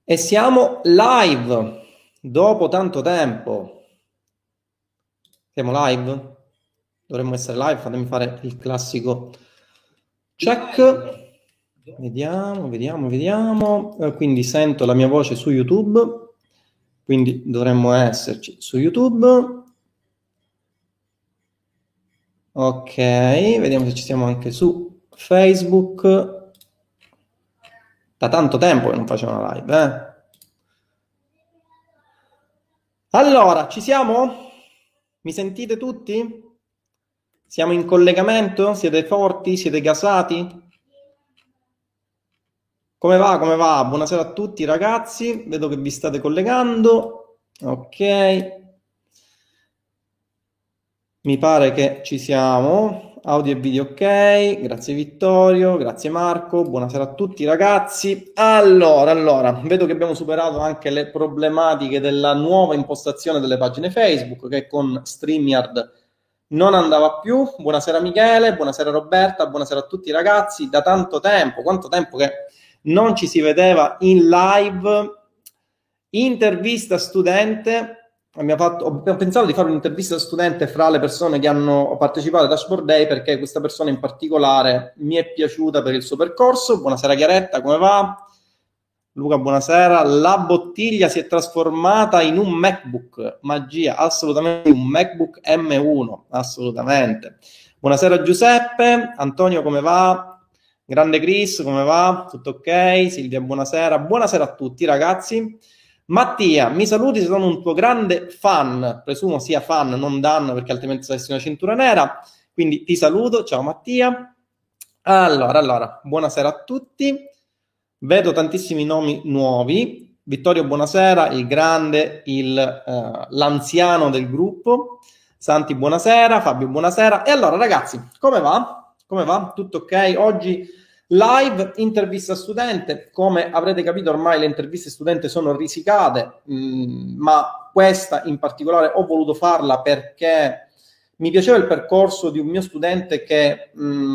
E siamo live dopo tanto tempo. Siamo live? Dovremmo essere live. Fatemi fare il classico check. Vediamo. Quindi sento la mia voce su YouTube. Quindi dovremmo esserci su YouTube. Ok, vediamo se ci siamo anche su Facebook. Da tanto tempo che non facevo una live, eh? Allora, ci siamo? Mi sentite tutti? Siamo in collegamento? Siete forti? Siete gasati? Come va? Come va? Buonasera a tutti ragazzi, vedo che vi state collegando. Ok, mi pare che ci siamo. Audio e video ok, grazie Vittorio, grazie Marco, buonasera a tutti ragazzi. Allora, vedo che abbiamo superato anche le problematiche della nuova impostazione delle pagine Facebook che con StreamYard non andava più. Buonasera Michele, buonasera Roberta, buonasera a tutti ragazzi. Da tanto tempo, quanto tempo che non ci si vedeva in live. Intervista studente. Ho pensato di fare un'intervista studente fra le persone che hanno partecipato al Dashboard Day perché questa persona in particolare mi è piaciuta per il suo percorso. Buonasera Chiaretta, come va? Luca, buonasera. La bottiglia si è trasformata in un MacBook. Magia, assolutamente un MacBook M1, assolutamente. Buonasera Giuseppe. Antonio, come va? Grande Chris, come va? Tutto ok? Silvia, buonasera. Buonasera a tutti ragazzi. Mattia, mi saluti se sono un tuo grande fan, presumo sia fan, non Dan, perché altrimenti saresti una cintura nera, quindi ti saluto, ciao Mattia. Allora, buonasera a tutti, vedo tantissimi nomi nuovi, Vittorio buonasera, il grande, l'anziano del gruppo, Santi buonasera, Fabio buonasera, e allora ragazzi, come va? Come va? Tutto ok? Oggi live intervista studente, come avrete capito ormai le interviste studente sono risicate, ma questa in particolare ho voluto farla perché mi piaceva il percorso di un mio studente che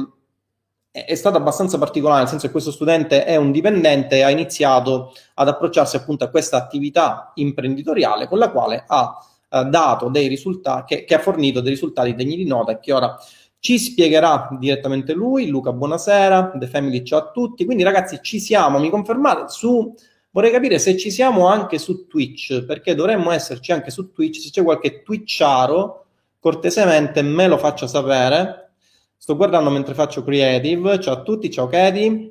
è stato abbastanza particolare, nel senso che questo studente è un dipendente e ha iniziato ad approcciarsi appunto a questa attività imprenditoriale con la quale ha dato dei risultati, che ha fornito dei risultati degni di nota e che ora ci spiegherà direttamente lui. Luca, buonasera. The Family, ciao a tutti. Quindi ragazzi ci siamo, mi confermate vorrei capire se ci siamo anche su Twitch, perché dovremmo esserci anche su Twitch. Se c'è qualche Twitcharo, cortesemente me lo faccia sapere. Sto guardando mentre faccio creative. Ciao a tutti, ciao Katie.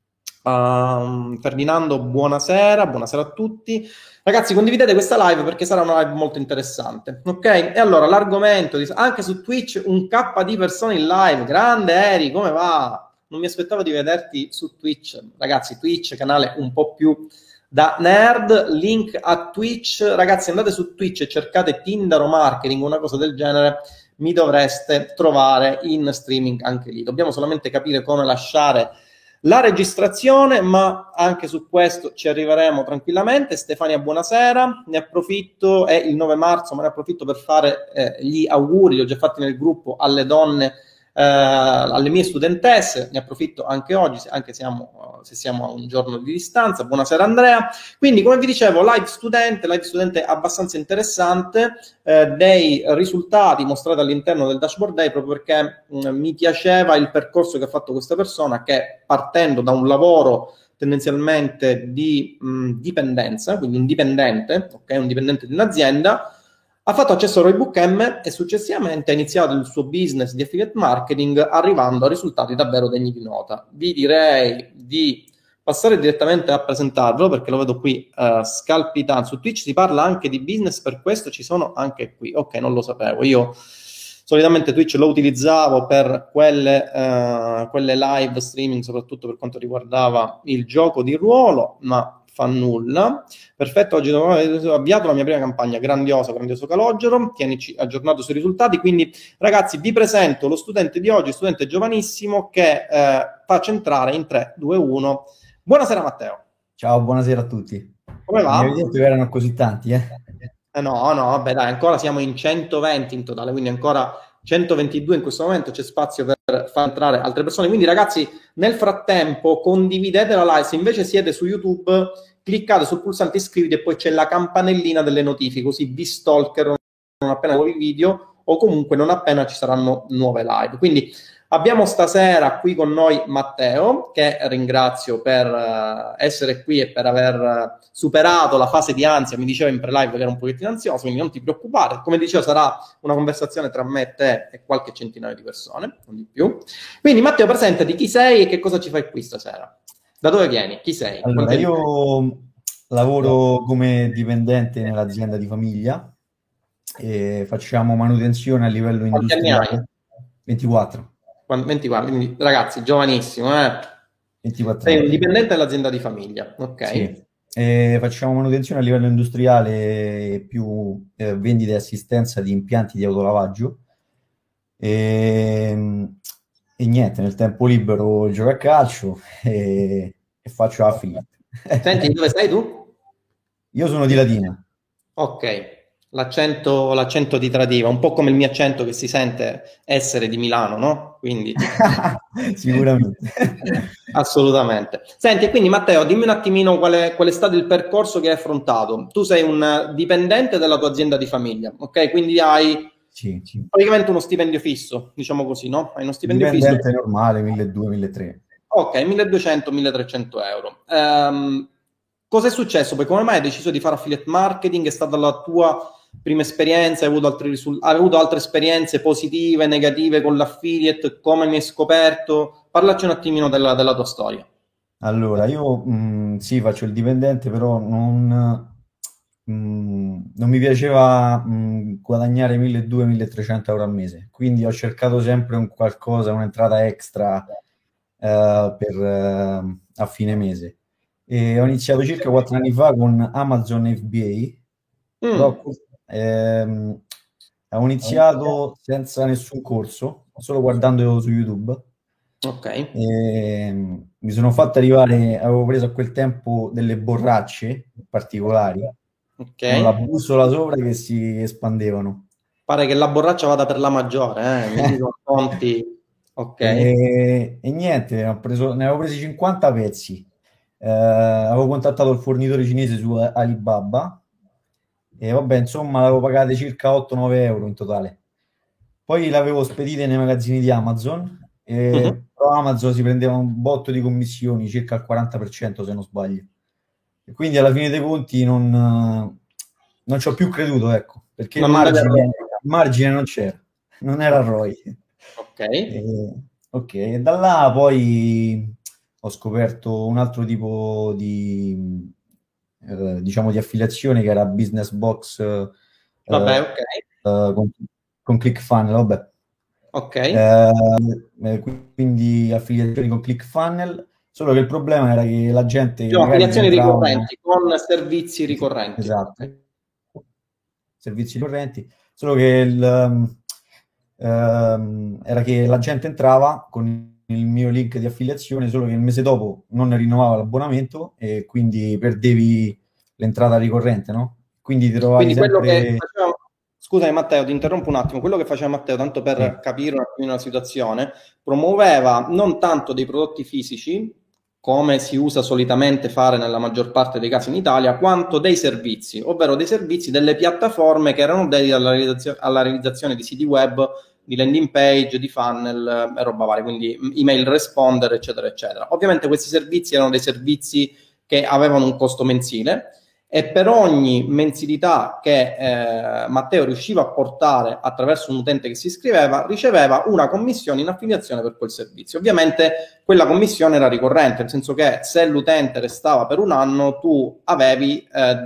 Ferdinando, buonasera a tutti. Ragazzi, condividete questa live perché sarà una live molto interessante, ok? E allora, l'argomento, anche su Twitch, un K di persone in live. Grande Eri, come va? Non mi aspettavo di vederti su Twitch. Ragazzi, Twitch, canale un po' più da nerd, link a Twitch. Ragazzi, andate su Twitch e cercate Tindaro Marketing, una cosa del genere, mi dovreste trovare in streaming anche lì. Dobbiamo solamente capire come lasciare la registrazione, ma anche su questo ci arriveremo tranquillamente. Stefania, buonasera. Ne approfitto, è il 9 marzo, ma ne approfitto per fare gli auguri, li ho già fatti nel gruppo, alle donne, alle mie studentesse. Ne approfitto anche oggi, anche se siamo a un giorno di distanza. Buonasera Andrea. Quindi, come vi dicevo, live studente abbastanza interessante, dei risultati mostrati all'interno del Dashboard Day, proprio perché mi piaceva il percorso che ha fatto questa persona, che partendo da un lavoro tendenzialmente di dipendenza, quindi un dipendente, un dipendente di un'azienda, ha fatto accesso a Roybook M e successivamente ha iniziato il suo business di affiliate marketing, arrivando a risultati davvero degni di nota. Vi direi di passare direttamente a presentarvelo perché lo vedo qui scalpitante. Su Twitch si parla anche di business, per questo ci sono anche qui. Ok, non lo sapevo. Io solitamente Twitch lo utilizzavo per quelle live streaming, soprattutto per quanto riguardava il gioco di ruolo, ma fa nulla. Perfetto, oggi ho avviato la mia prima campagna, grandioso Calogero, tienici aggiornato sui risultati. Quindi ragazzi vi presento lo studente di oggi, studente giovanissimo che faccio entrare in 3, 2, 1. Buonasera Matteo. Ciao, buonasera a tutti. Come va? Mi avevi detto che erano così tanti, eh? No, vabbè dai, ancora siamo in 120 in totale, quindi ancora 122 in questo momento, c'è spazio per far entrare altre persone. Quindi ragazzi, nel frattempo condividete la live, se invece siete su YouTube cliccate sul pulsante iscriviti e poi c'è la campanellina delle notifiche, così vi stalkerano non appena nuovi video o comunque non appena ci saranno nuove live. Quindi abbiamo stasera qui con noi Matteo, che ringrazio per essere qui e per aver superato la fase di ansia. Mi diceva in pre-live che era un pochettino ansioso, quindi non ti preoccupare. Come dicevo, sarà una conversazione tra me e te e qualche centinaio di persone, non di più. Quindi Matteo, presentati, chi sei e che cosa ci fai qui stasera? Da dove vieni? Chi sei? Allora, io lavoro come dipendente nell'azienda di famiglia e facciamo manutenzione a livello Quanti anni hai? industriale. 24. 24, quindi ragazzi, giovanissimo, 24 Sei un anni. dipendente dell'azienda di famiglia, ok? Sì. E facciamo manutenzione a livello industriale più vendita e assistenza di impianti di autolavaggio. E, e niente, nel tempo libero gioco a calcio e faccio affiliate. Senti, di dove sei tu? Io sono di Latina. Ok, l'accento ti tradiva, un po' come il mio accento che si sente essere di Milano, no? Quindi Sicuramente. assolutamente. Senti, e quindi Matteo, dimmi un attimino qual è stato il percorso che hai affrontato. Tu sei un dipendente della tua azienda di famiglia, ok? Quindi hai Sì. praticamente uno stipendio fisso, diciamo così, no? Hai uno stipendio fisso. Dipendente normale, 1200-1300. Ok, 1200-1300 euro. Cos'è successo? Poi come mai hai deciso di fare affiliate marketing? È stata la tua prima esperienza? Hai avuto altre esperienze positive, negative con l'affiliate? Come mi hai scoperto? Parlaci un attimino della tua storia. Allora, io sì, faccio il dipendente, però non mi piaceva guadagnare 1200-1300 euro al mese, quindi ho cercato sempre un qualcosa, un'entrata extra a fine mese. E ho iniziato circa 4 anni fa con Amazon FBA, però ho iniziato senza nessun corso, solo guardando su YouTube. Ok. E mi sono fatto arrivare, avevo preso a quel tempo delle borracce particolari con la Ok. bussola sopra che si espandevano. Pare che la borraccia vada per la maggiore, mi dicono fonti. Ok. E niente, ne avevo presi 50 pezzi. Avevo contattato il fornitore cinese su Alibaba e vabbè, insomma, l'avevo pagate circa 8-9 euro in totale. Poi l'avevo spedite nei magazzini di Amazon, Mhm. però Amazon si prendeva un botto di commissioni, circa il 40% se non sbaglio. E quindi alla fine dei conti non ci ho più creduto, ecco, perché il Non vede margine, il il margine non c'era, non era ROI. Ok. Ok, e da là poi ho scoperto un altro tipo diciamo, di affiliazione che era Business Box Vabbè, ok. con ClickFunnels, vabbè. Ok. Quindi affiliazioni con ClickFunnels, solo che il problema era che la gente Diciamo, magari affiliazioni entrava, ricorrenti con servizi ricorrenti. esatto, Ok. servizi correnti, solo che era che la gente entrava con il mio link di affiliazione, solo che il mese dopo non rinnovava l'abbonamento e quindi perdevi l'entrata ricorrente, no? Quindi ti trovavi Quindi quello che sempre... faceva, scusami Matteo, ti interrompo un attimo, quello che faceva Matteo, tanto per Sì, capire un attimino la situazione, promuoveva non tanto dei prodotti fisici, come si usa solitamente fare nella maggior parte dei casi in Italia, quanto dei servizi, ovvero dei servizi delle piattaforme che erano dedicate alla realizzazione di siti web, di landing page, di funnel e roba varia, quindi email responder, eccetera, eccetera. Ovviamente questi servizi erano dei servizi che avevano un costo mensile e per ogni mensilità che Matteo riusciva a portare attraverso un utente che si iscriveva, riceveva una commissione in affiliazione per quel servizio. Ovviamente quella commissione era ricorrente, nel senso che se l'utente restava per un anno, tu avevi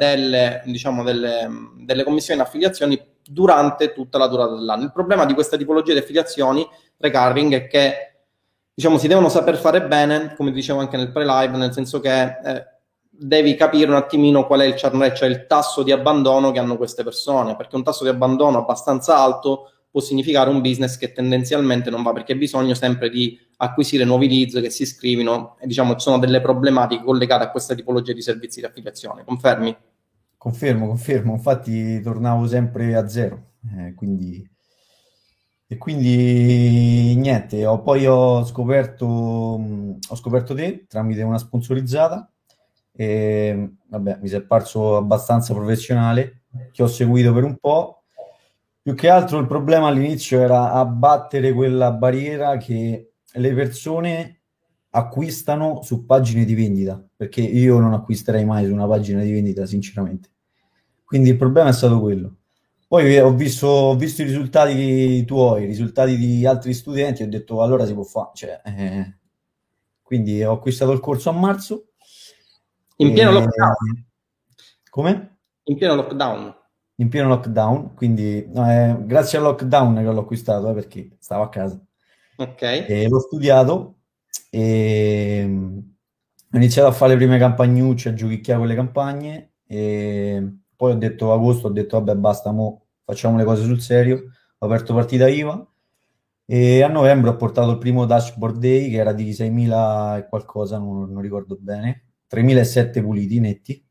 delle commissioni in affiliazioni durante tutta la durata dell'anno. Il problema di questa tipologia di affiliazioni recurring è che diciamo si devono saper fare bene, come dicevo anche nel pre-live, nel senso che devi capire un attimino qual è il churn rate, cioè il tasso di abbandono che hanno queste persone, perché un tasso di abbandono abbastanza alto può significare un business che tendenzialmente non va, perché hai bisogno sempre di acquisire nuovi leads che si iscrivono e diciamo ci sono delle problematiche collegate a questa tipologia di servizi di affiliazione. Confermi? confermo, infatti tornavo sempre a zero, quindi... E quindi niente, poi ho scoperto te tramite una sponsorizzata e vabbè, mi si è parso abbastanza professionale, che ho seguito per un po'. Più che altro il problema all'inizio era abbattere quella barriera che le persone acquistano su pagine di vendita, perché io non acquisterei mai su una pagina di vendita, sinceramente. Quindi il problema è stato quello. Poi ho visto i risultati tuoi, i risultati di altri studenti, ho detto allora si può fare. Cioè, quindi ho acquistato il corso a marzo. In pieno E... lockdown. Come? In pieno lockdown. In pieno lockdown, quindi no, grazie al lockdown che l'ho acquistato, perché stavo a casa. Ok. E l'ho studiato e ho iniziato a fare le prime campagnucce, a giochicchiare con le campagne e poi ho detto agosto, ho detto vabbè basta, mo facciamo le cose sul serio, ho aperto partita IVA e a novembre ho portato il primo dashboard day che era di 6.000 e qualcosa, non ricordo bene, 3.007 puliti netti.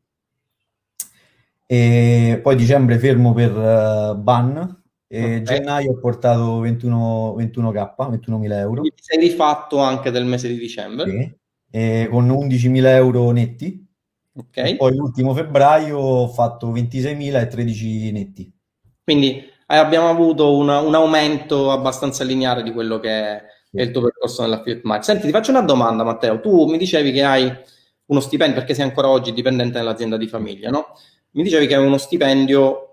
E poi dicembre fermo per ban e Ok. gennaio ho portato 21k, 21.000 Quindi euro, ti sei rifatto anche del mese di dicembre. sì, e con 11.000 euro netti Ok. e poi l'ultimo febbraio ho fatto 26.000 e 13 netti. Quindi abbiamo avuto un aumento abbastanza lineare di quello che è Sì. il tuo percorso nell'affiliate marketing. Senti, ti faccio una domanda, Matteo. Tu mi dicevi che hai uno stipendio, perché sei ancora oggi dipendente nell'azienda di famiglia, no? Mi dicevi che hai uno stipendio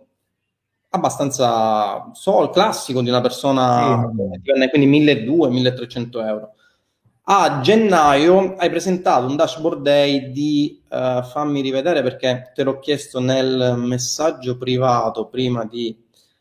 abbastanza classico di una Sì, persona, vabbè. quindi 1.200, 1.300 euro. A gennaio hai presentato un dashboard day di, fammi rivedere perché te l'ho chiesto nel messaggio privato prima di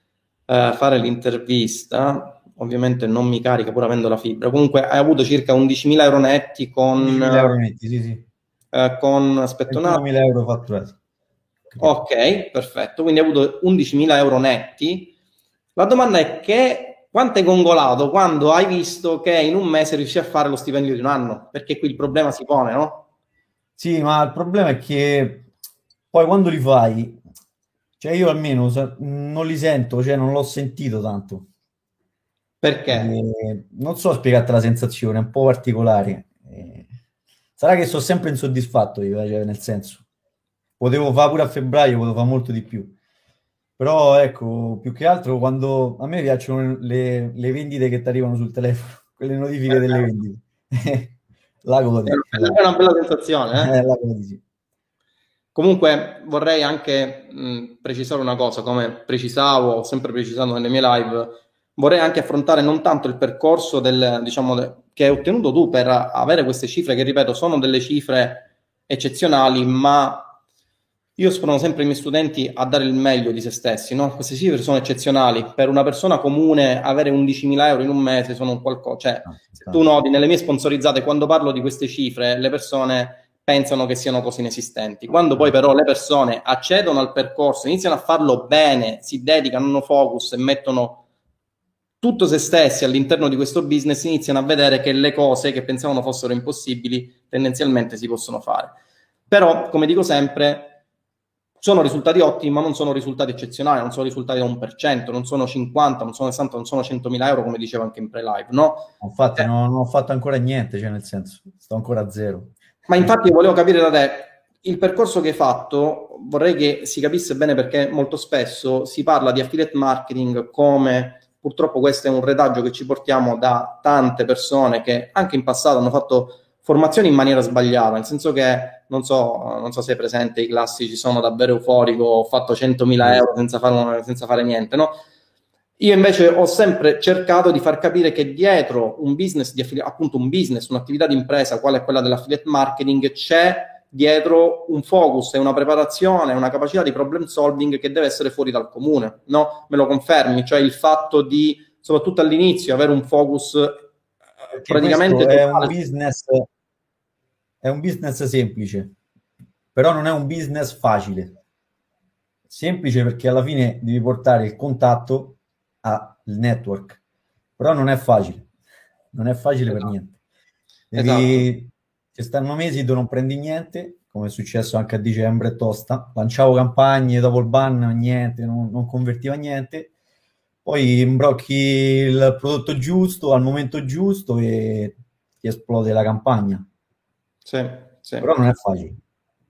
fare l'intervista. Ovviamente non mi carica pur avendo la fibra. Comunque hai avuto circa 11.000 euro netti 11.000 euro netti, sì, sì. aspetta un 21.000 attimo. euro fatturati, credo. Ok, perfetto. Quindi hai avuto 11.000 euro netti. La domanda è che quanto hai gongolato quando hai visto che in un mese riuscivi a fare lo stipendio di un anno? Perché qui il problema si pone, no? Sì, ma il problema è che poi quando li fai, cioè io almeno non li sento, cioè non l'ho sentito tanto. Perché? Non so spiegarti la sensazione, è un po' particolare. Sarà che sono sempre insoddisfatto io, cioè, nel senso, potevo fare pure a febbraio, potevo fare molto di più. Però ecco, più che altro quando a me piacciono le vendite che ti arrivano sul telefono, quelle notifiche delle vendite. La godi, È una bella sensazione, eh? la godi, sì. Comunque vorrei anche precisare una cosa, come precisavo, ho sempre precisato nelle mie live, vorrei anche affrontare non tanto il percorso diciamo, che hai ottenuto tu per avere queste cifre, che ripeto, sono delle cifre eccezionali, ma io sprono sempre i miei studenti a dare il meglio di se stessi, no? Queste cifre sono eccezionali. Per una persona comune avere 11.000 euro in un mese sono un qualcosa. Cioè, Ah, se tu fantastico. noti nelle mie sponsorizzate, quando parlo di queste cifre, le persone pensano che siano cose inesistenti. Quando poi però le persone accedono al percorso, iniziano a farlo bene, si dedicano, hanno focus e mettono tutto se stessi all'interno di questo business, iniziano a vedere che le cose che pensavano fossero impossibili tendenzialmente si possono fare. Però, come dico sempre, sono risultati ottimi, ma non sono risultati eccezionali, non sono risultati da 1%, non sono 50, non sono 60, non sono 100.000 euro, come dicevo anche in pre-live, no? Infatti non ho fatto ancora niente, cioè nel senso, sto ancora a zero. Ma infatti volevo capire da te, il percorso che hai fatto, vorrei che si capisse bene perché molto spesso si parla di affiliate marketing come, purtroppo questo è un retaggio che ci portiamo da tante persone che anche in passato hanno fatto formazioni in maniera sbagliata, nel senso che non so se è presente i classici, sono davvero euforico, ho fatto 100.000 Sì. euro senza fare niente, no? Io invece ho sempre cercato di far capire che dietro un business appunto un business, un'attività di impresa, quale è quella dell'affiliate marketing, c'è dietro un focus e una preparazione, una capacità di problem solving che deve essere fuori dal comune, no? Me lo confermi? Cioè il fatto di, soprattutto all'inizio, avere un focus Perché praticamente questo totale. è un business semplice, però non è un business facile. Semplice perché alla fine devi portare il contatto al network, però non è facile, non è facile per Esatto. niente. Esatto. Ci stanno mesi dove non prendi niente, come è successo anche a dicembre, è tosta. Lanciavo campagne dopo il ban, niente, non convertiva niente. Poi imbrocchi il prodotto giusto al momento giusto e ti esplode la campagna. Sì, sì. Però non è facile.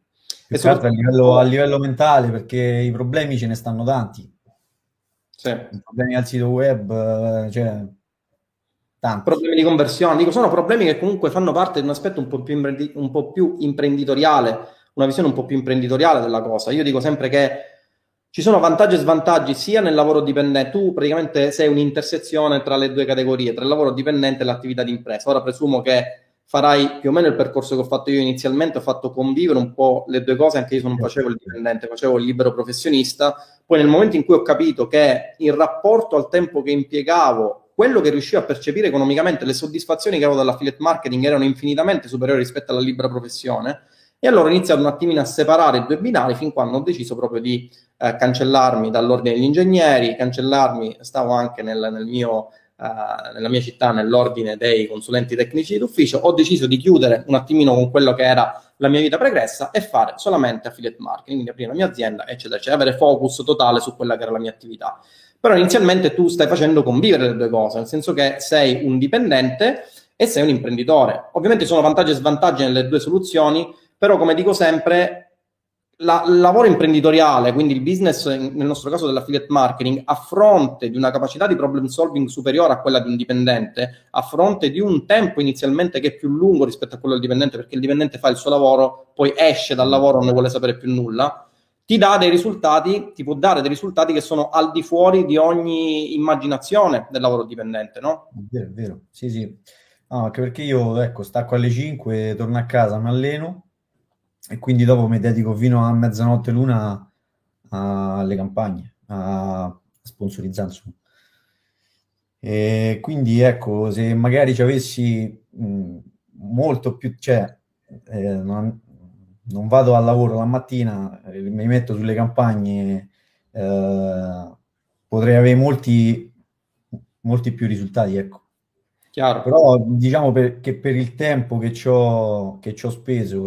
Più che altro a livello mentale, perché i problemi ce ne stanno tanti. sì. I problemi al sito web, cioè, tanti. Problemi di conversione, dico, sono problemi che comunque fanno parte di un aspetto un po' più imprenditoriale, una visione un po' più imprenditoriale della cosa. Io dico sempre che ci sono vantaggi e svantaggi sia nel lavoro dipendente, tu praticamente sei un'intersezione tra le due categorie, tra il lavoro dipendente e l'attività di impresa. Ora presumo che farai più o meno il percorso che ho fatto io inizialmente, ho fatto convivere un po' le due cose, anche io non facevo il dipendente, facevo il libero professionista. Poi nel momento in cui ho capito che in rapporto al tempo che impiegavo, quello che riuscivo a percepire economicamente, le soddisfazioni che avevo dall'affiliate marketing erano infinitamente superiori rispetto alla libera professione, e allora ho iniziato un attimino a separare i due binari fin quando ho deciso proprio di cancellarmi dall'ordine degli ingegneri, cancellarmi, stavo anche nella mia città nell'ordine dei consulenti tecnici d'ufficio, ho deciso di chiudere un attimino con quello che era la mia vita pregressa e fare solamente affiliate marketing, quindi aprire la mia azienda, eccetera, cioè avere focus totale su quella che era la mia attività. Però inizialmente tu stai facendo convivere le due cose, nel senso che sei un dipendente e sei un imprenditore. Ovviamente ci sono vantaggi e svantaggi nelle due soluzioni, però come dico sempre, il lavoro imprenditoriale, quindi il business, nel nostro caso dell'affiliate marketing, a fronte di una capacità di problem solving superiore a quella di un dipendente, a fronte di un tempo inizialmente che è più lungo rispetto a quello del dipendente, perché il dipendente fa il suo lavoro, poi esce dal lavoro, non ne vuole sapere più nulla, ti dà dei risultati, ti può dare dei risultati che sono al di fuori di ogni immaginazione del lavoro dipendente, no? È vero, sì, sì. No, anche perché io, ecco, stacco alle 5, torno a casa, mi alleno e quindi dopo mi dedico fino a mezzanotte l'una alle campagne, a sponsorizzare, insomma. E quindi, ecco, se magari ci avessi molto più, cioè, non vado al lavoro la mattina, mi metto sulle campagne, potrei avere molti più risultati, ecco. Chiaro, Però diciamo che per il tempo che ci ho speso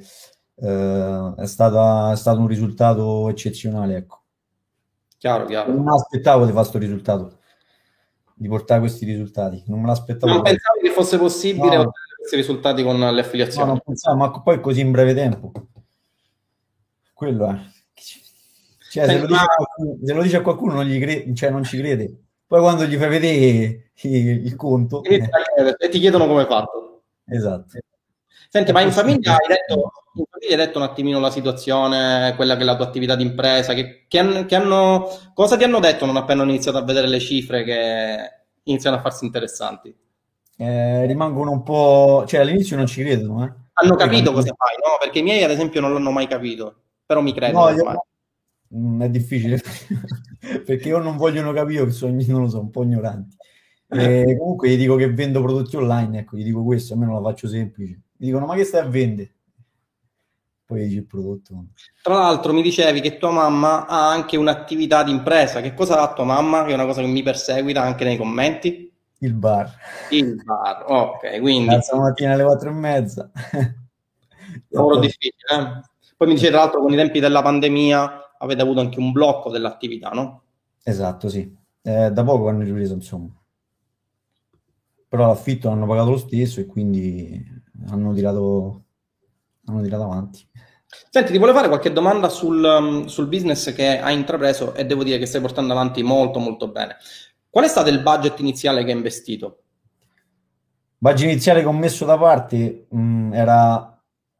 è stato un risultato eccezionale, ecco. chiaro, Non chiaro. me l'aspettavo di fare questo risultato, di portare questi risultati, non me l'aspettavo Non proprio. pensavi che fosse possibile No, ottenere questi risultati con le no, non affiliazioni? pensavo, ma poi così in breve tempo. Quello è. Cioè, se lo Senti, ma dice a qualcuno, se lo dice a qualcuno non gli crede, cioè non ci crede. Poi quando gli fai vedere il conto, inizia a chiedere e ti chiedono come hai fatto. esatto. Senti, È ma in possibile. famiglia hai detto un attimino la situazione, quella che è la tua attività di impresa, cosa ti hanno detto non appena hanno iniziato a vedere le cifre che iniziano a farsi interessanti? Rimangono un po', cioè all'inizio non ci credono, eh. Hanno Poi capito quando... cosa fai, no? Perché i miei, ad esempio, non l'hanno mai capito, però mi credono No, ormai. è difficile perché o non vogliono capire o che sono, non lo so, un po' ignoranti. E comunque gli dico che vendo prodotti online, ecco, gli dico questo, almeno la faccio semplice. Mi dicono, ma che stai a vendere? Poi dici il prodotto. Tra l'altro mi dicevi che tua mamma ha anche un'attività di impresa. Che cosa ha tua mamma? Che è una cosa che mi perseguita anche nei commenti. Il bar. Il bar, ok, quindi Alzo la mattina alle 4:30. E lavoro poi... difficile. Poi mi dicevi tra l'altro con i tempi della pandemia avete avuto anche un blocco dell'attività, no? Esatto, sì. Da poco hanno ripreso, insomma. Però l'affitto hanno pagato lo stesso e quindi hanno tirato avanti. Senti, ti volevo fare qualche domanda sul business che hai intrapreso e devo dire che stai portando avanti molto molto bene. Qual è stato il budget iniziale che hai investito? Budget iniziale che ho messo da parte era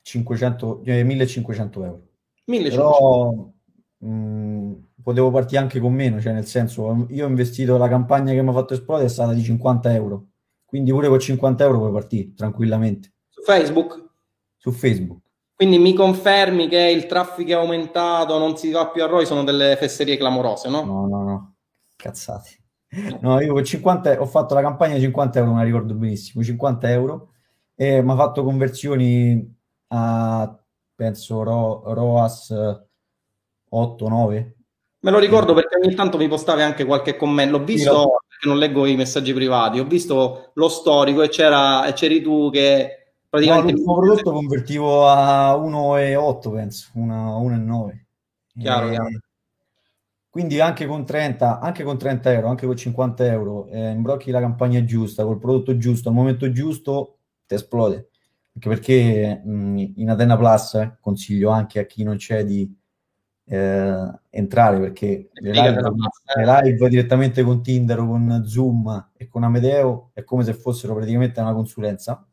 1.500 euro. 1500. Però potevo partire anche con meno, cioè nel senso, io ho investito, la campagna che mi ha fatto esplodere è stata di 50 euro, quindi pure con 50 euro puoi partire tranquillamente Su Facebook? su Facebook. Quindi mi confermi che il traffico è aumentato, non si va più a ROI, sono delle fesserie clamorose, no? No, no, no, cazzate. No, io con 50 ho fatto la campagna di 50 euro, me la ricordo benissimo, 50 euro, e mi ha fatto conversioni a, penso, ROAS 8-9. Me lo ricordo perché ogni tanto mi postavi anche qualche commento. L'ho Sì, no, visto, perché non leggo i messaggi privati, ho visto lo storico e c'eri tu che praticamente... l'ultimo prodotto convertivo a 1,8, penso, 1,9. Chiaro, chiaro. Quindi anche con 30 euro, anche con 50 euro, imbrocchi la campagna giusta, col prodotto giusto, al momento giusto, ti esplode. anche perché in Atena Plus consiglio anche a chi non c'è di entrare, perché Spiegatela, le live direttamente con Tinder o con Zoom e con Amedeo è come se fossero praticamente una consulenza.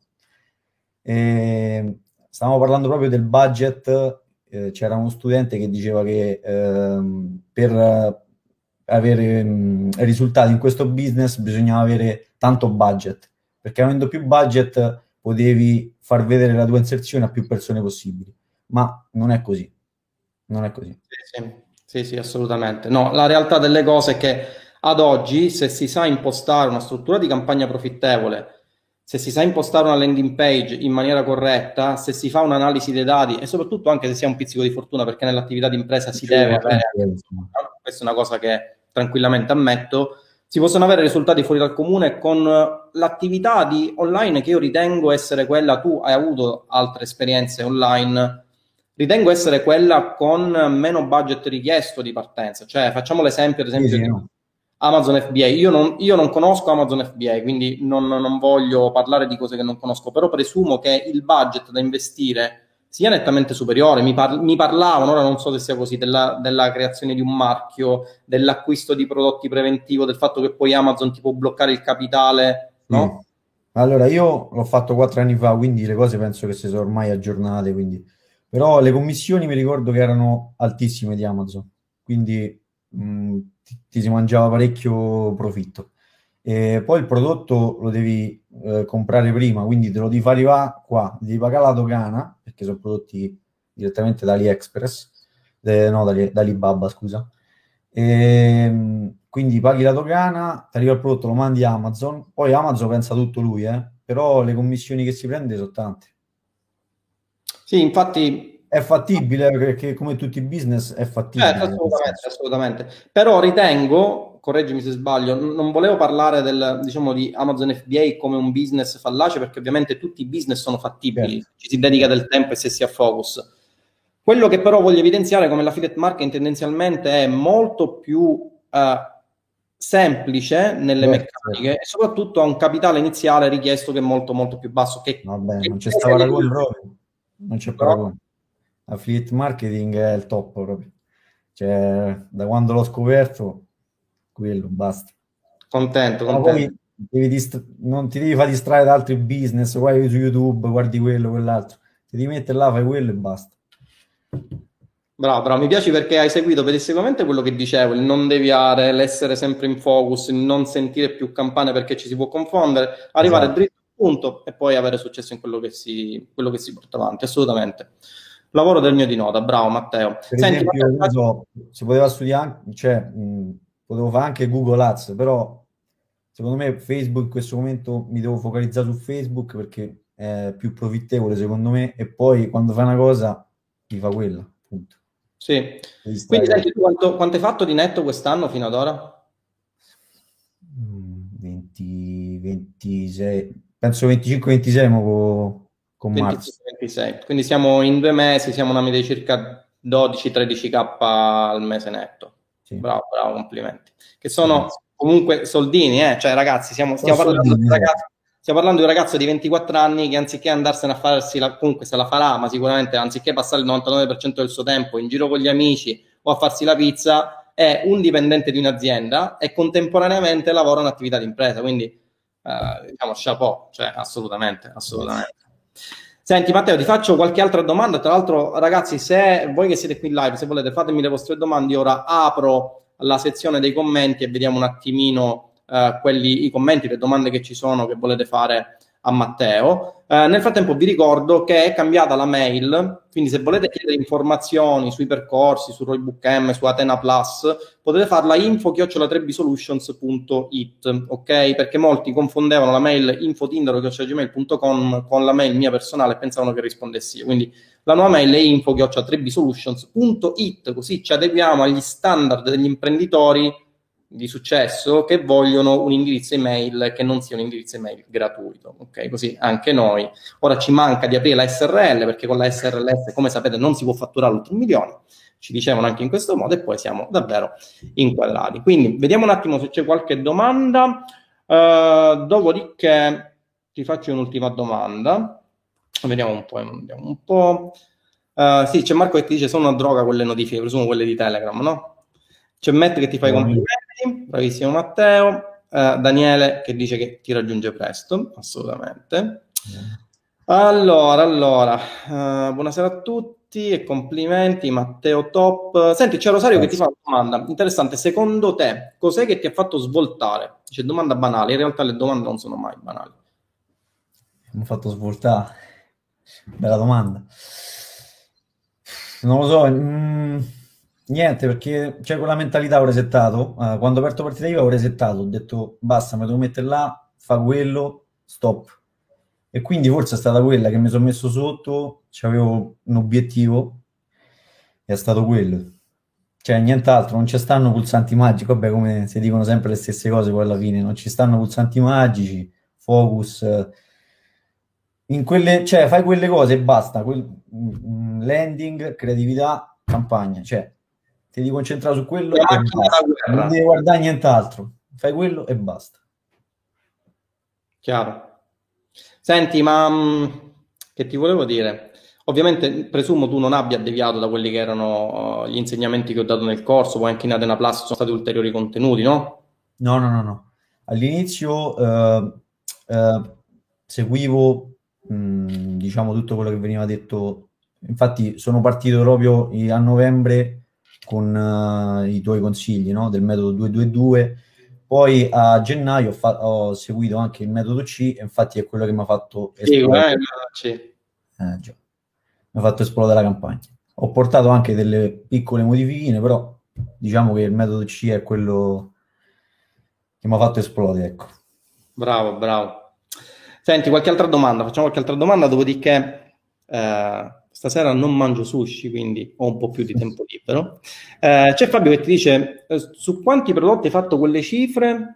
Stavamo parlando proprio del budget. C'era uno studente che diceva che per avere risultati in questo business bisognava avere tanto budget, perché avendo più budget potevi far vedere la tua inserzione a più persone possibili, ma non è così, non è così. Sì, assolutamente. No, la realtà delle cose è che ad oggi, se si sa impostare una struttura di campagna profittevole, se si sa impostare una landing page in maniera corretta, se si fa un'analisi dei dati e soprattutto anche se si ha un pizzico di fortuna, perché nell'attività di impresa si deve avere, questa è una cosa che tranquillamente ammetto, si possono avere risultati fuori dal comune con l'attività di online che io ritengo essere quella, tu hai avuto altre esperienze online, ritengo essere quella con meno budget richiesto di partenza. Cioè, facciamo l'esempio, ad esempio, di No. Amazon FBA. Io non conosco Amazon FBA, quindi non voglio parlare di cose che non conosco, però presumo che il budget da investire sia nettamente superiore. Mi parlavano, ora non so se sia così, della creazione di un marchio, dell'acquisto di prodotti preventivo, del fatto che poi Amazon ti può bloccare il capitale, Sì. no? Allora, io l'ho fatto 4 anni fa, quindi le cose penso che si sono ormai aggiornate, quindi. Però le commissioni mi ricordo che erano altissime di Amazon, quindi ti si mangiava parecchio profitto. E poi il prodotto lo devi comprare prima, quindi te lo devi far arrivare qua, devi pagare la dogana, perché sono prodotti direttamente da AliExpress, no, da Alibaba, scusa. Quindi paghi la dogana, ti arriva il prodotto, lo mandi a Amazon, poi Amazon pensa tutto lui, però le commissioni che si prende sono tante. Sì, infatti. È fattibile, perché come tutti i business è fattibile. Nel senso. Assolutamente. Però ritengo, correggimi se sbaglio, non volevo parlare diciamo, di Amazon FBA come un business fallace, perché ovviamente tutti i business sono fattibili, Certo. ci si dedica del tempo e se si ha focus. Quello che però voglio evidenziare come l'affiliate marketing tendenzialmente è molto più semplice nelle meccaniche e soprattutto ha un capitale iniziale richiesto che è molto molto più basso. Vabbè, non c'è sta paragone proprio. Non c'è paragone. Affiliate marketing è il top proprio. Cioè, da quando l'ho scoperto, quello, basta. Contento. Poi non ti devi far distrarre da altri business, guardi su YouTube, guardi quello, quell'altro. Ti devi mettere là, fai quello e basta. Bravo, mi piace perché hai seguito pedissequamente quello che dicevo, il non deviare, l'essere sempre in focus, il non sentire più campane perché ci si può confondere, arrivare dritto al punto e poi avere successo in quello che si porta avanti, assolutamente. Lavoro del mio di nota, bravo Matteo. Per Senti, esempio, Matteo, so, si poteva studiare, cioè, potevo fare anche Google Ads, però secondo me Facebook in questo momento mi devo focalizzare su Facebook perché è più profittevole secondo me, e poi quando fai una cosa ti fa quella, appunto. sì. Quindi senti, tu quanto hai fatto di netto quest'anno fino ad ora? 20, 26, penso 25-26 con marzo. 26. Quindi siamo in 2 mesi, siamo una media di circa 12-13k al mese netto. Sì. Bravo, complimenti. Che sono comunque soldini, Cioè, ragazzi, stiamo parlando di un ragazzo di 24 anni che anziché andarsene a farsi, comunque se la farà, ma sicuramente anziché passare il 99% del suo tempo in giro con gli amici o a farsi la pizza, è un dipendente di un'azienda e contemporaneamente lavora in attività di impresa. Quindi, diciamo, chapeau, cioè, assolutamente. Senti Matteo, ti faccio qualche altra domanda. Tra l'altro, ragazzi, se voi che siete qui in live, se volete, fatemi le vostre domande. Ora apro la sezione dei commenti e vediamo un attimino i commenti, le domande che ci sono che volete fare a Matteo. Nel frattempo vi ricordo che è cambiata la mail, quindi se volete chiedere informazioni sui percorsi, su Roybook M, su Atena Plus, potete farla info@trebisolutions.it, ok? Perché molti confondevano la mail info.tinder@gmail.com con la mail mia personale e pensavano che rispondessi io. Quindi la nuova mail è info@trebisolutions.it, così ci adeguiamo agli standard degli imprenditori di successo che vogliono un indirizzo email che non sia un indirizzo email gratuito, ok? Così anche noi. Ora ci manca di aprire la SRL, perché con la SRL, come sapete, non si può fatturare oltre 1 milione, ci dicevano anche in questo modo, e poi siamo davvero inquadrati. Quindi vediamo un attimo se c'è qualche domanda, dopodiché ti faccio un'ultima domanda. Vediamo un po', vediamo un po'. Sì, c'è Marco che ti dice sono una droga quelle notifiche, presumo quelle di Telegram, no? C'è Matt che ti fa i Veramente. complimenti, bravissimo Matteo. Daniele che dice che ti raggiunge presto, assolutamente. Allora, buonasera a tutti e complimenti, Matteo top. Senti, c'è Rosario che ti fa Grazie. una domanda interessante. Secondo te, cos'è che ti ha fatto svoltare? Dice domanda banale, in realtà le domande non sono mai banali. Mi ha fatto svoltare. Bella domanda. Non lo so, niente, perché cioè, con la mentalità ho resettato. Quando ho aperto partita IVA ho resettato, ho detto basta, mi devo mettere là, fa quello, stop. E quindi forse è stata quella che mi sono messo sotto, c'avevo un obiettivo, e è stato quello. Cioè, nient'altro, non ci stanno pulsanti magici, vabbè, come si dicono sempre le stesse cose poi alla fine, non ci stanno pulsanti magici, focus, in quelle, cioè, fai quelle cose e basta, landing, creatività, campagna, cioè, ti devi concentrare su La quello e macchina basta, da non guerra, devi guardare nient'altro, fai quello e basta. chiaro. Senti, ma che ti volevo dire? Ovviamente presumo tu non abbia deviato da quelli che erano gli insegnamenti che ho dato nel corso, poi anche in Atena Plus sono stati ulteriori contenuti, no? No, no, no, no. All'inizio eh, seguivo, diciamo, tutto quello che veniva detto. Infatti sono partito proprio a novembre con i tuoi consigli, no? Del metodo 222. Poi a gennaio ho seguito anche il metodo C, e infatti è quello che mi ha fatto Sì, esplodere. sì. Già. Mi ha fatto esplodere la campagna. Ho portato anche delle piccole modifichine, però diciamo che il metodo C è quello che mi ha fatto esplodere, ecco. Bravo, bravo. Senti, qualche altra domanda? Facciamo qualche altra domanda, dopodiché stasera non mangio sushi, quindi ho un po' più di tempo libero. C'è Fabio che ti dice, su quanti prodotti hai fatto quelle cifre?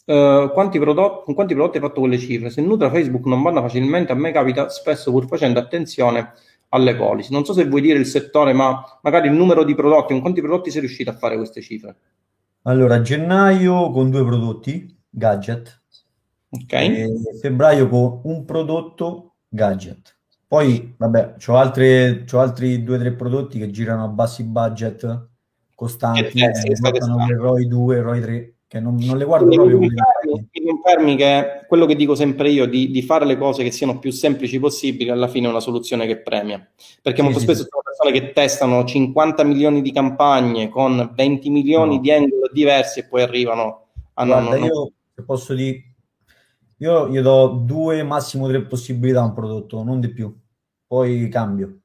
Con quanti prodotti hai fatto quelle cifre? Se Nutra Facebook non vanno facilmente, a me capita spesso pur facendo attenzione alle policy. Non so se vuoi dire il settore, ma magari il numero di prodotti, con quanti prodotti sei riuscito a fare queste cifre? Allora, a gennaio con 2 prodotti, gadget, Ok? e febbraio con un prodotto, gadget. Poi, vabbè, c'ho altri 2 o 3 prodotti che girano a bassi budget, Che costanti, testi che che mi stai portano quel testando? ROI 2, ROI 3, che non le guardo Quindi proprio quelle campagne. mi confermi che quello che dico sempre io, di fare le cose che siano più semplici possibili, alla fine è una soluzione che premia. Perché Sì, molto sì, spesso sì. sono persone che testano 50 milioni di campagne con 20 milioni No. di angle diversi e poi arrivano a Guarda, io se posso dire, io gli do 2, massimo 3 possibilità a un prodotto, non di più. Poi cambio.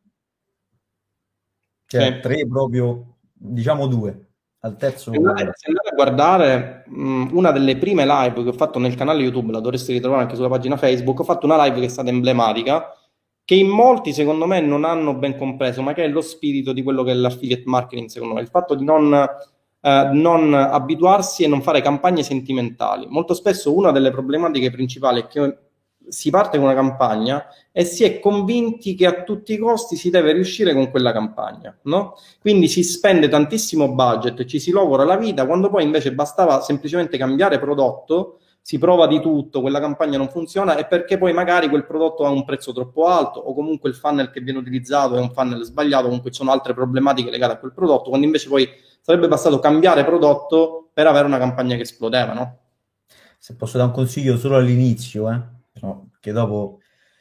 Cioè, Sì. 3 proprio, diciamo 2. Al Se andate, terzo, se andate a guardare una delle prime live che ho fatto nel canale YouTube, la dovreste ritrovare anche sulla pagina Facebook, ho fatto una live che è stata emblematica, che in molti secondo me non hanno ben compreso, ma che è lo spirito di quello che è l'affiliate marketing, secondo me, il fatto di non abituarsi e non fare campagne sentimentali. Molto spesso una delle problematiche principali è che si parte con una campagna e si è convinti che a tutti i costi si deve riuscire con quella campagna, no? Quindi si spende tantissimo budget, ci si logora la vita, quando poi invece bastava semplicemente cambiare prodotto, si prova di tutto, quella campagna non funziona e perché poi magari quel prodotto ha un prezzo troppo alto o comunque il funnel che viene utilizzato è un funnel sbagliato, comunque ci sono altre problematiche legate a quel prodotto, quando invece poi sarebbe bastato cambiare prodotto per avere una campagna che esplodeva, no? se posso dare un consiglio solo all'inizio, no, che dopo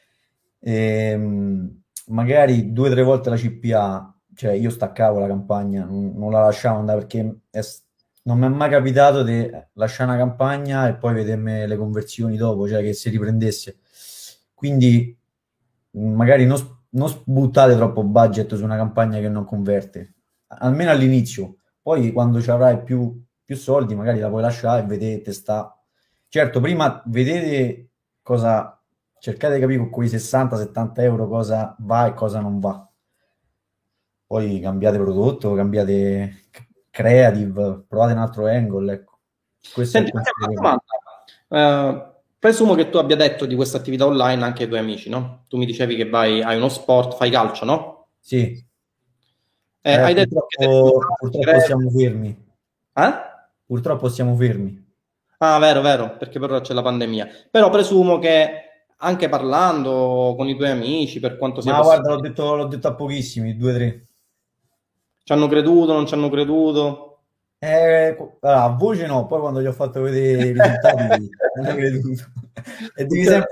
magari 2 o 3 volte la CPA, cioè io staccavo la campagna, non la lasciavo andare perché non mi è mai capitato di lasciare una campagna e poi vedermi le conversioni dopo, cioè che si riprendesse. Quindi magari non buttate troppo budget su una campagna che non converte, almeno all'inizio. Poi quando ci avrai più soldi, magari la puoi lasciare e vedete sta. Certo, prima vedete cosa, cercate di capire con quei 60-70 euro cosa va e cosa non va. Poi cambiate prodotto, cambiate creative, provate un altro angle, ecco. Questo è il Senti, facciamo consiglio che. una domanda. Presumo che tu abbia detto di questa attività online anche ai tuoi amici, no? Tu mi dicevi che hai uno sport, fai calcio, no? Sì, Hai detto anche delle purtroppo cose. siamo fermi. Eh? Purtroppo siamo fermi. Ah, vero, vero, perché per ora c'è la pandemia. Però presumo che anche parlando con i tuoi amici, per quanto sia Ma guarda, possibile. l'ho detto a pochissimi, due o tre. Ci hanno creduto, non ci hanno creduto? Allora, a voce no, poi quando gli ho fatto vedere i risultati hanno creduto. E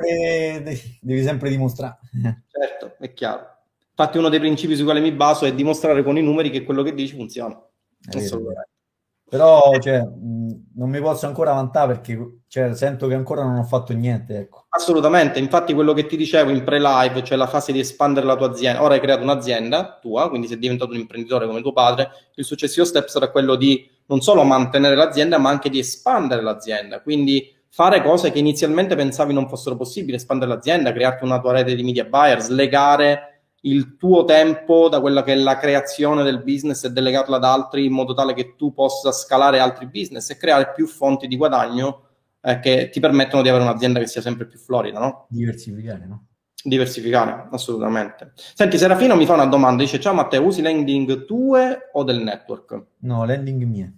devi sempre dimostrare. Certo, è chiaro. Infatti uno dei principi sui quali mi baso è dimostrare con i numeri che quello che dici funziona. È vero, è vero. Assolutamente. Però, cioè, non mi posso ancora vantare perché, cioè, sento che ancora non ho fatto niente, ecco. Assolutamente, infatti quello che ti dicevo in pre-live, cioè la fase di espandere la tua azienda, ora hai creato un'azienda tua, quindi sei diventato un imprenditore come tuo padre, il successivo step sarà quello di non solo mantenere l'azienda, ma anche di espandere l'azienda, quindi fare cose che inizialmente pensavi non fossero possibili, espandere l'azienda, crearti una tua rete di media buyers, legare il tuo tempo da quella che è la creazione del business e delegarla ad altri in modo tale che tu possa scalare altri business e creare più fonti di guadagno che ti permettono di avere un'azienda che sia sempre più florida, no? Diversificare, no? Diversificare, assolutamente. Senti, Serafino mi fa una domanda, dice, ciao Matteo, usi landing tue o del network? No, landing mie.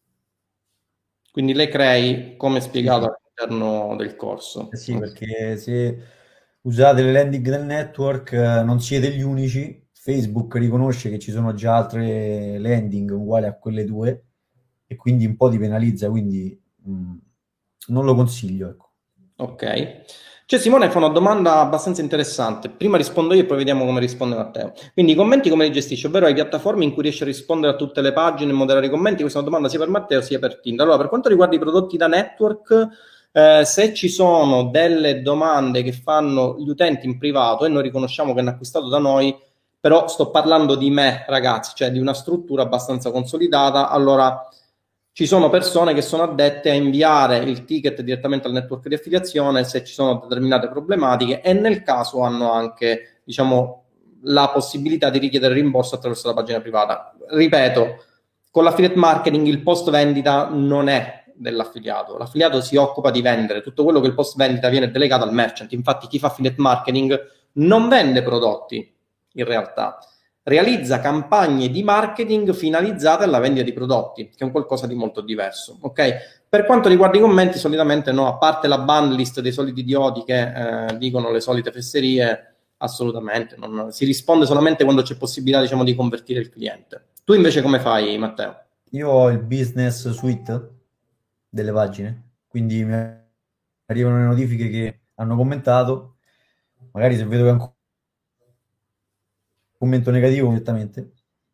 Quindi le crei come Sì, spiegato sì. all'interno del corso. Sì, perché se usate le landing del network, non siete gli unici. Facebook riconosce che ci sono già altre landing uguali a quelle due e quindi un po' ti penalizza, quindi non lo consiglio, ecco. Ok. C'è Simone fa una domanda abbastanza interessante. Prima rispondo io e poi vediamo come risponde Matteo. Quindi i commenti come li gestisci? Ovvero hai piattaforme in cui riesci a rispondere a tutte le pagine e moderare i commenti? Questa è una domanda sia per Matteo sia per Tinder. Allora, per quanto riguarda i prodotti da network, se ci sono delle domande che fanno gli utenti in privato e noi riconosciamo che hanno acquistato da noi, però sto parlando di me, ragazzi, cioè di una struttura abbastanza consolidata, allora ci sono persone che sono addette a inviare il ticket direttamente al network di affiliazione se ci sono determinate problematiche e nel caso hanno anche, diciamo, la possibilità di richiedere rimborso attraverso la pagina privata. Ripeto, con l'affiliate marketing il post vendita non è dell'affiliato, l'affiliato si occupa di vendere, tutto quello che il post vendita viene delegato al merchant, infatti chi fa affiliate marketing non vende prodotti in realtà, realizza campagne di marketing finalizzate alla vendita di prodotti, che è un qualcosa di molto diverso, ok? Per quanto riguarda i commenti, solitamente no, a parte la ban list dei soliti idioti che dicono le solite fesserie, assolutamente, non, si risponde solamente quando c'è possibilità, diciamo, di convertire il cliente. Tu invece come fai, Matteo? Io ho il business suite delle pagine, quindi mi arrivano le notifiche che hanno commentato, magari se vedo che è un commento negativo direttamente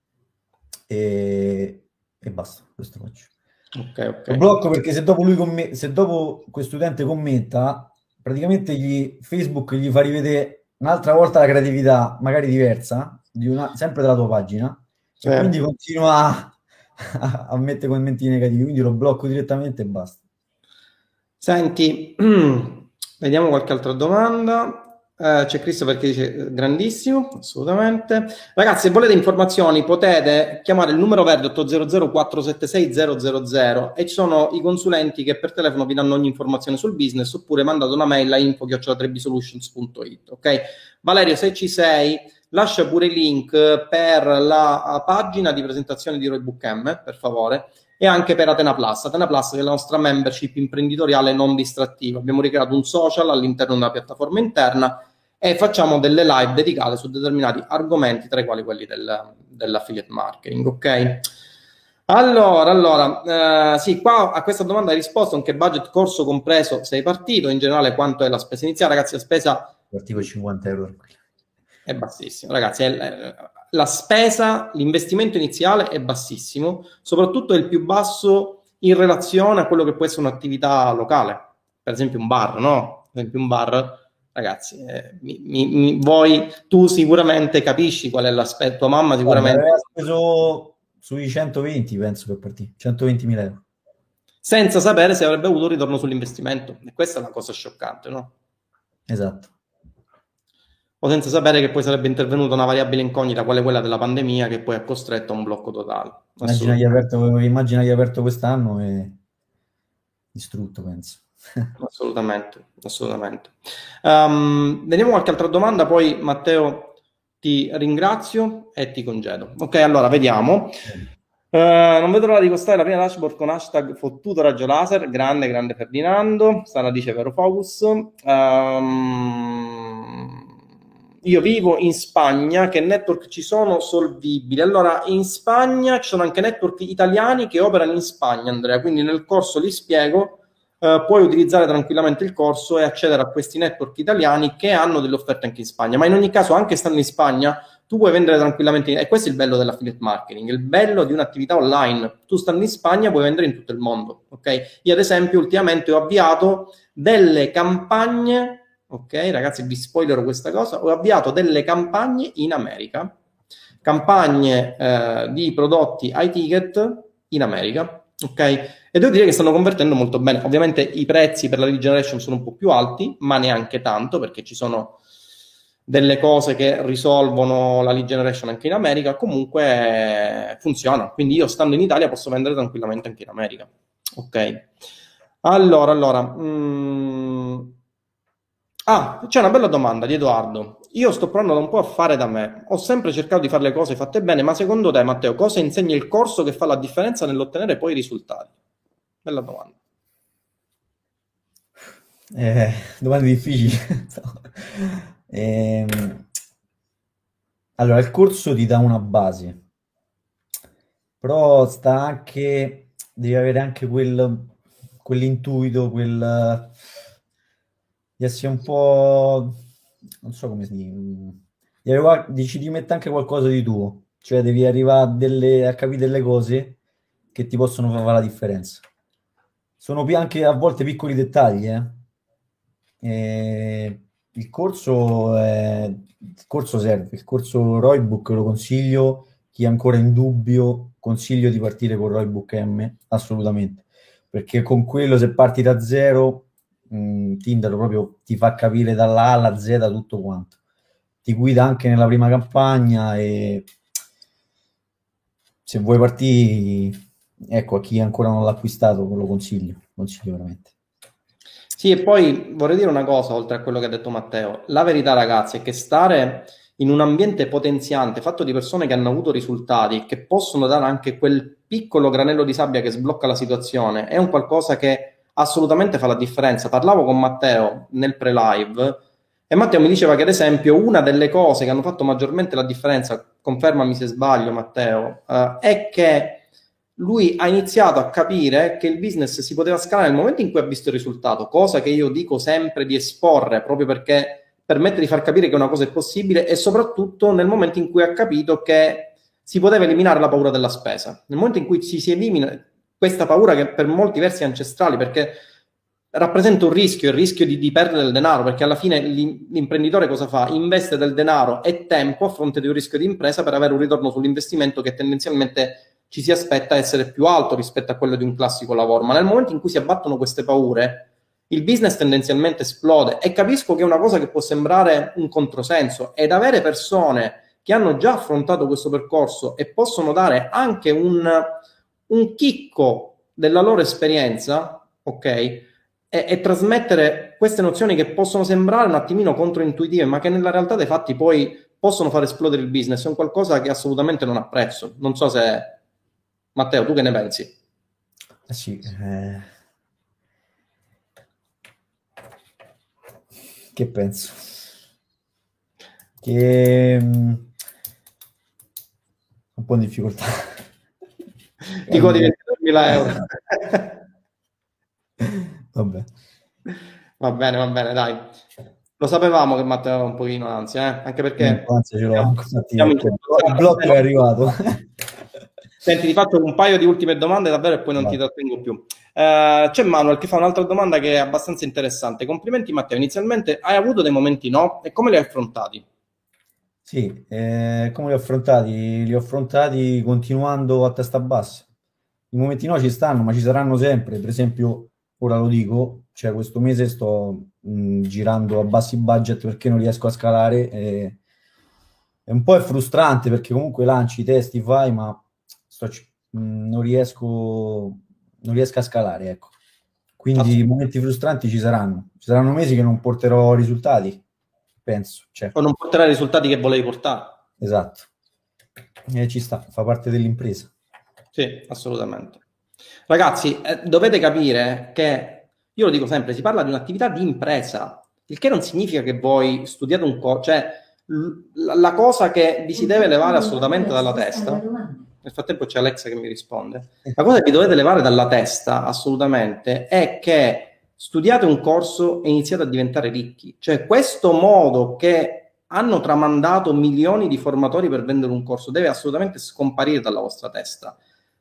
e basta, questo faccio. Ok, ok. Lo blocco perché se dopo se dopo questo utente commenta, praticamente Facebook gli fa rivedere un'altra volta la creatività, magari diversa, sempre della tua pagina, Sì. e quindi continua a mettere commenti negativi, quindi lo blocco direttamente e basta. Senti, vediamo qualche altra domanda. C'è Christopher che dice grandissimo, assolutamente. Ragazzi, se volete informazioni potete chiamare il numero verde 800 476 000 e ci sono i consulenti che per telefono vi danno ogni informazione sul business oppure mandate una mail a info@trebisolutions.it, ok? Valerio, se ci sei, lascia pure il link per la pagina di presentazione di Roybook M, per favore, e anche per Atena Plus. Atena Plus che è la nostra membership imprenditoriale non distrattiva. Abbiamo ricreato un social all'interno di una piattaforma interna e facciamo delle live dedicate su determinati argomenti, tra i quali quelli dell'affiliate marketing, ok? Allora, sì, qua a questa domanda hai risposto, anche budget corso compreso sei partito, in generale quanto è la spesa iniziale? Ragazzi, la spesa Partivo 50 euro. è bassissimo, ragazzi, la spesa, l'investimento iniziale è bassissimo, soprattutto è il più basso in relazione a quello che può essere un'attività locale, per esempio un bar, no? Per esempio un bar, ragazzi, tu sicuramente capisci qual è l'aspetto, tua mamma Guarda, sicuramente, aveva speso sui 120, penso, per partire, 120.000 euro. senza sapere se avrebbe avuto un ritorno sull'investimento, e questa è una cosa scioccante, no? Esatto. O senza sapere che poi sarebbe intervenuta una variabile incognita, quale quella della pandemia, che poi ha costretto a un blocco totale. Immagina chi ha aperto quest'anno e distrutto, penso. Assolutamente, assolutamente. Vediamo qualche altra domanda, poi Matteo ti ringrazio e ti congedo. Ok, allora vediamo. Non vedo l'ora di postare la prima dashboard con hashtag fottuto raggio laser, grande, grande Ferdinando, Sara dice vero focus. io vivo in Spagna, che network ci sono solvibili? Allora, in Spagna ci sono anche network italiani che operano in Spagna, Andrea, quindi nel corso li spiego, puoi utilizzare tranquillamente il corso e accedere a questi network italiani che hanno delle offerte anche in Spagna, ma in ogni caso, anche stando in Spagna, tu puoi vendere tranquillamente, e questo è il bello dell'affiliate marketing, il bello di un'attività online, tu stando in Spagna puoi vendere in tutto il mondo, ok? Io ad esempio ultimamente ho avviato delle campagne. Ok, ragazzi, vi spoilerò questa cosa. Ho avviato delle campagne in America, campagne di prodotti high ticket in America, ok? E devo dire che stanno convertendo molto bene. Ovviamente i prezzi per la lead generation sono un po' più alti, ma neanche tanto, perché ci sono delle cose che risolvono la lead generation anche in America. Comunque funziona. Quindi io stando in Italia posso vendere tranquillamente anche in America. Ok. Allora, c'è una bella domanda di Edoardo. Io sto provando da un po' a fare da me. Ho sempre cercato di fare le cose fatte bene, ma secondo te, Matteo, cosa insegna il corso che fa la differenza nell'ottenere poi i risultati? Bella domanda. Domande difficili. No. Allora, il corso ti dà una base, però sta anche, devi avere anche quell'intuito, di essere un po', non so come si dice, dici di mettere anche qualcosa di tuo, cioè devi arrivare a capire delle cose che ti possono fare la differenza. Sono anche a volte piccoli dettagli, eh. Il corso serve, il corso Roybook lo consiglio, chi è ancora in dubbio consiglio di partire con Roybook M, assolutamente, perché con quello se parti da zero, Tinder proprio ti fa capire dalla A alla Z tutto quanto, ti guida anche nella prima campagna e se vuoi partire, ecco, a chi ancora non l'ha acquistato lo consiglio veramente. Sì, e poi vorrei dire una cosa, oltre a quello che ha detto Matteo. La verità, ragazzi, è che stare in un ambiente potenziante, fatto di persone che hanno avuto risultati, che possono dare anche quel piccolo granello di sabbia che sblocca la situazione, è un qualcosa che assolutamente fa la differenza. Parlavo con Matteo nel pre-live e Matteo mi diceva che, ad esempio, una delle cose che hanno fatto maggiormente la differenza, confermami se sbaglio, Matteo, è che lui ha iniziato a capire che il business si poteva scalare nel momento in cui ha visto il risultato, cosa che io dico sempre di esporre, proprio perché permette di far capire che una cosa è possibile e soprattutto nel momento in cui ha capito che si poteva eliminare la paura della spesa. Nel momento in cui si elimina questa paura che per molti versi è ancestrale, perché rappresenta un rischio, il rischio di perdere del denaro, perché alla fine l'imprenditore cosa fa? Investe del denaro e tempo a fronte di un rischio di impresa per avere un ritorno sull'investimento che tendenzialmente ci si aspetta essere più alto rispetto a quello di un classico lavoro, ma nel momento in cui si abbattono queste paure, il business tendenzialmente esplode e capisco che è una cosa che può sembrare un controsenso ed avere persone che hanno già affrontato questo percorso e possono dare anche un chicco della loro esperienza, ok? E trasmettere queste nozioni che possono sembrare un attimino controintuitive, ma che nella realtà dei fatti poi possono far esplodere il business, è un qualcosa che assolutamente non apprezzo. Non so se Matteo, tu che ne pensi? Sì, che penso? Che un po' in difficoltà. Dico di 22.000 euro. Vabbè. Va bene, dai. Lo sapevamo che Matteo aveva un pochino ansia, anche perché Anzi, ce l'ho. siamo in Il blocco è arrivato. Senti, ti faccio un paio di ultime domande davvero e poi non ti trattengo più. C'è Manuel che fa un'altra domanda che è abbastanza interessante. Complimenti Matteo, inizialmente hai avuto dei momenti no? E come li hai affrontati? Sì, come li ho affrontati? Li ho affrontati continuando a testa bassa. I momenti no ci stanno, ma ci saranno sempre. Per esempio, ora lo dico, cioè questo mese sto girando a bassi budget perché non riesco a scalare. È un po' frustrante perché comunque lanci, testi, fai, ma non riesco a scalare, ecco. Quindi i momenti frustranti ci saranno. Ci saranno mesi che non porterò risultati, penso. Cioè. O non porterai i risultati che volevi portare. Esatto. Ci sta, fa parte dell'impresa. Sì, assolutamente. Ragazzi, dovete capire che, io lo dico sempre, si parla di un'attività di impresa, il che non significa che voi studiate un corso, cioè la cosa che vi si deve levare assolutamente dalla testa, nel frattempo c'è Alexa che mi risponde, la cosa che vi dovete levare dalla testa assolutamente è che studiate un corso e iniziate a diventare ricchi. Cioè questo modo che hanno tramandato milioni di formatori per vendere un corso deve assolutamente scomparire dalla vostra testa.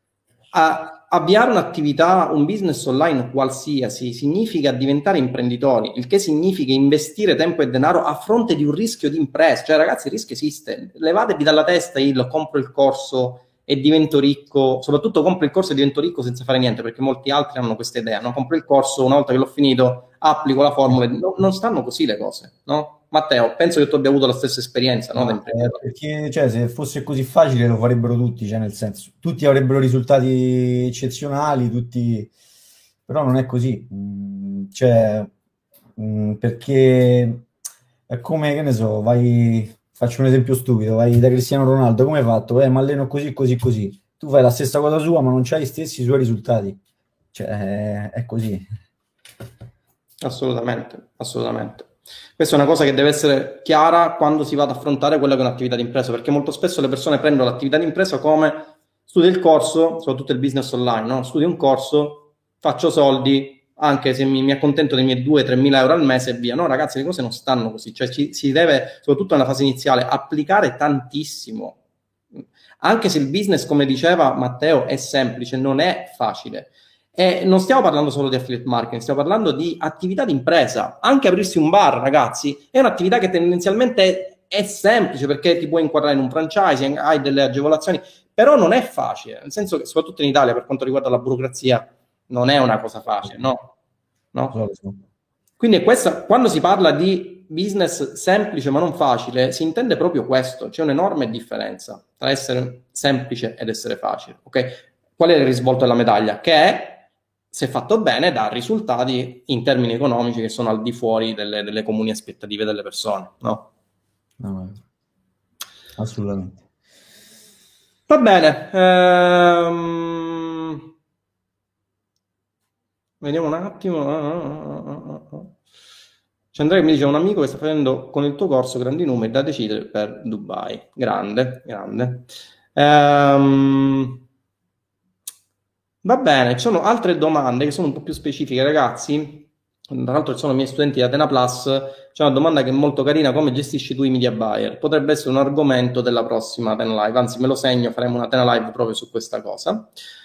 Avviare un'attività, un business online qualsiasi, significa diventare imprenditori, il che significa investire tempo e denaro a fronte di un rischio di impresa. Cioè, ragazzi, il rischio esiste. Levatevi dalla testa il compro il corso e divento ricco, soprattutto compro il corso e divento ricco senza fare niente, perché molti altri hanno questa idea, no? Compro il corso, una volta che l'ho finito, applico la formula. No, non stanno così le cose, no? Matteo, penso che tu abbia avuto la stessa esperienza, no? Perché cioè, se fosse così facile lo farebbero tutti, cioè, nel senso, tutti avrebbero risultati eccezionali, tutti... però non è così. Cioè, perché è come, che ne so, faccio un esempio stupido, vai da Cristiano Ronaldo, come hai fatto? Mi alleno così, così, così. Tu fai la stessa cosa sua, ma non c'hai gli stessi suoi risultati. Cioè, è così. Assolutamente, assolutamente. Questa è una cosa che deve essere chiara quando si va ad affrontare quella che è un'attività di impresa, perché molto spesso le persone prendono l'attività di impresa come studio il corso, soprattutto il business online, no? Studio un corso, faccio soldi, anche se mi accontento dei miei 2-3 mila euro al mese e via. No, ragazzi, le cose non stanno così, cioè si deve, soprattutto nella fase iniziale, applicare tantissimo. Anche se il business, come diceva Matteo, è semplice, non è facile. E non stiamo parlando solo di affiliate marketing, stiamo parlando di attività di impresa. Anche aprirsi un bar, ragazzi, è un'attività che tendenzialmente è semplice, perché ti puoi inquadrare in un franchising, hai delle agevolazioni, però non è facile, nel senso che soprattutto in Italia, per quanto riguarda la burocrazia, non è una cosa facile, no? Quindi questa, quando si parla di business semplice ma non facile, si intende proprio questo. C'è un'enorme differenza tra essere semplice ed essere facile, ok? Qual è il risvolto della medaglia? Che è, se fatto bene, dà risultati in termini economici che sono al di fuori delle comuni aspettative delle persone, no? No, assolutamente. Va bene. Vediamo un attimo. C'è Andrea che mi dice: un amico che sta facendo con il tuo corso grandi numeri da decidere per Dubai. Grande, grande. Va bene, ci sono altre domande che sono un po' più specifiche, ragazzi. Tra l'altro ci sono i miei studenti di Atena Plus. C'è una domanda che è molto carina: come gestisci tu i media buyer? Potrebbe essere un argomento della prossima Atena Live, anzi me lo segno, faremo una Atena Live proprio su questa cosa.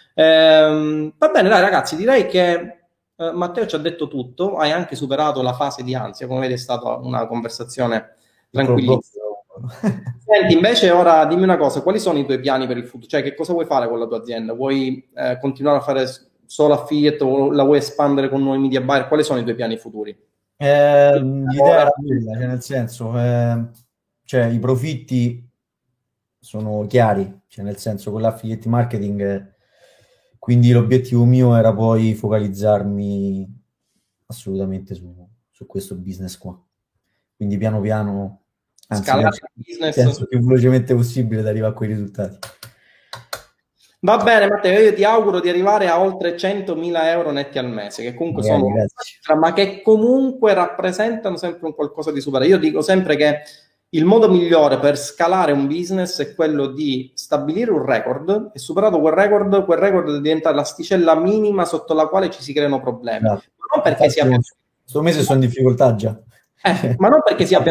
Va bene, dai ragazzi, direi che Matteo ci ha detto tutto, hai anche superato la fase di ansia, come vedi è stata una conversazione tranquillissima. Senti, invece ora dimmi una cosa, quali sono i tuoi piani per il futuro? Cioè, che cosa vuoi fare con la tua azienda? Vuoi continuare a fare solo affiliate o la vuoi espandere con nuovi media buyer? Quali sono i tuoi piani futuri? L'idea era quella, cioè nel senso, cioè i profitti sono chiari, cioè nel senso con l'affiliate marketing, quindi l'obiettivo mio era poi focalizzarmi assolutamente su questo business qua. Quindi piano piano, anzi, penso più velocemente possibile ad arrivare a quei risultati. Va bene Matteo, io ti auguro di arrivare a oltre 100.000 euro netti al mese, che comunque sono ma che comunque rappresentano sempre un qualcosa di superiore. Io dico sempre che il modo migliore per scalare un business è quello di stabilire un record e superato quel record diventa l'asticella minima sotto la quale ci si creano problemi. Esatto. Ma non perché si abbiano... Questo mese sono in difficoltà già. Ma non perché si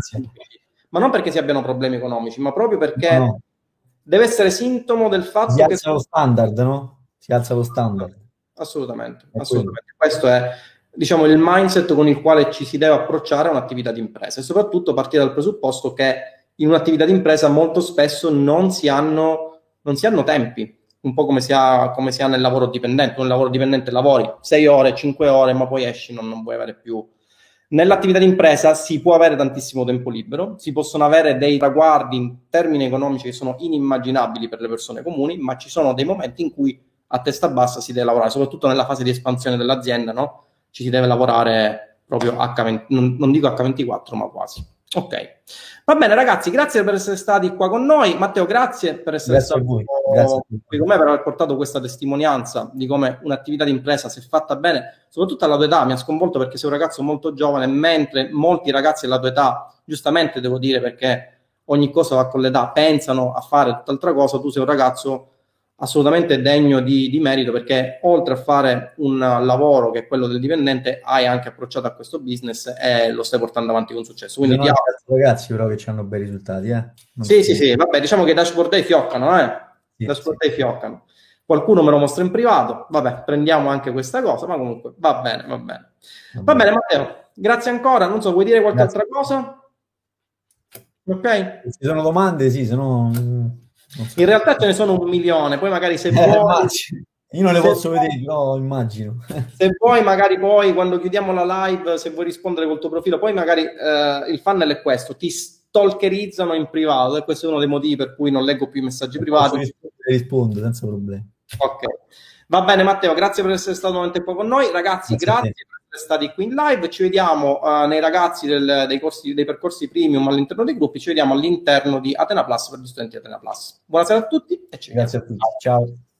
abbiano problemi economici, ma proprio perché deve essere sintomo del fatto che... Si alza lo standard, no? Si alza lo standard. Assolutamente, assolutamente. Questo è, diciamo, il mindset con il quale ci si deve approcciare a un'attività di impresa e soprattutto partire dal presupposto che in un'attività di impresa molto spesso non si hanno tempi, un po' come si ha nel lavoro dipendente. Nel lavoro dipendente lavori 6 ore, 5 ore, ma poi esci, non puoi avere più. Nell'attività di impresa si può avere tantissimo tempo libero, si possono avere dei traguardi in termini economici che sono inimmaginabili per le persone comuni, ma ci sono dei momenti in cui a testa bassa si deve lavorare, soprattutto nella fase di espansione dell'azienda, no? Ci si deve lavorare proprio H20, non dico H24, ma quasi. Ok, va bene ragazzi, grazie per essere stati qua con noi. Matteo, grazie per essere Grazie a stato voi, grazie a qui tutti. con me, per aver portato questa testimonianza di come un'attività di impresa, se fatta bene, soprattutto alla tua età, mi ha sconvolto perché sei un ragazzo molto giovane, mentre molti ragazzi della tua età, giustamente devo dire perché ogni cosa va con l'età, pensano a fare tutt'altra cosa, tu sei un ragazzo assolutamente degno di merito perché oltre a fare un lavoro che è quello del dipendente, hai anche approcciato a questo business e lo stai portando avanti con successo. Ci Quindi sono ti anche auguro. altri ragazzi però che hanno bei risultati, eh? Non Sì, sì, solo. sì, vabbè, diciamo che i dashboard day fioccano, eh? Sì, Dashboard sì. day fioccano. Qualcuno me lo mostra in privato, vabbè, prendiamo anche questa cosa, ma comunque va bene, va bene. Va Va bene, bene. Matteo, grazie ancora, non so, vuoi dire qualche Grazie. altra cosa? Ok? Se ci sono domande, sì, se no non In so. realtà ce ne sono un milione, poi magari se vuoi, Immagino. Io non le se posso vedere, però immagino. Se vuoi, magari poi quando chiudiamo la live, se vuoi rispondere col tuo profilo, poi magari il funnel è questo, ti stalkerizzano in privato e questo è uno dei motivi per cui non leggo più i messaggi Se posso privati. rispondere, rispondo senza problemi. Ok, va bene Matteo, grazie per essere stato un momento qua con noi. Ragazzi, Grazie a grazie te. per essere stati qui in live. Ci vediamo nei ragazzi dei percorsi premium all'interno dei gruppi, ci vediamo all'interno di Atena Plus per gli studenti di Atena Plus. Buonasera a tutti e ci vediamo. Grazie a tutti. Ciao.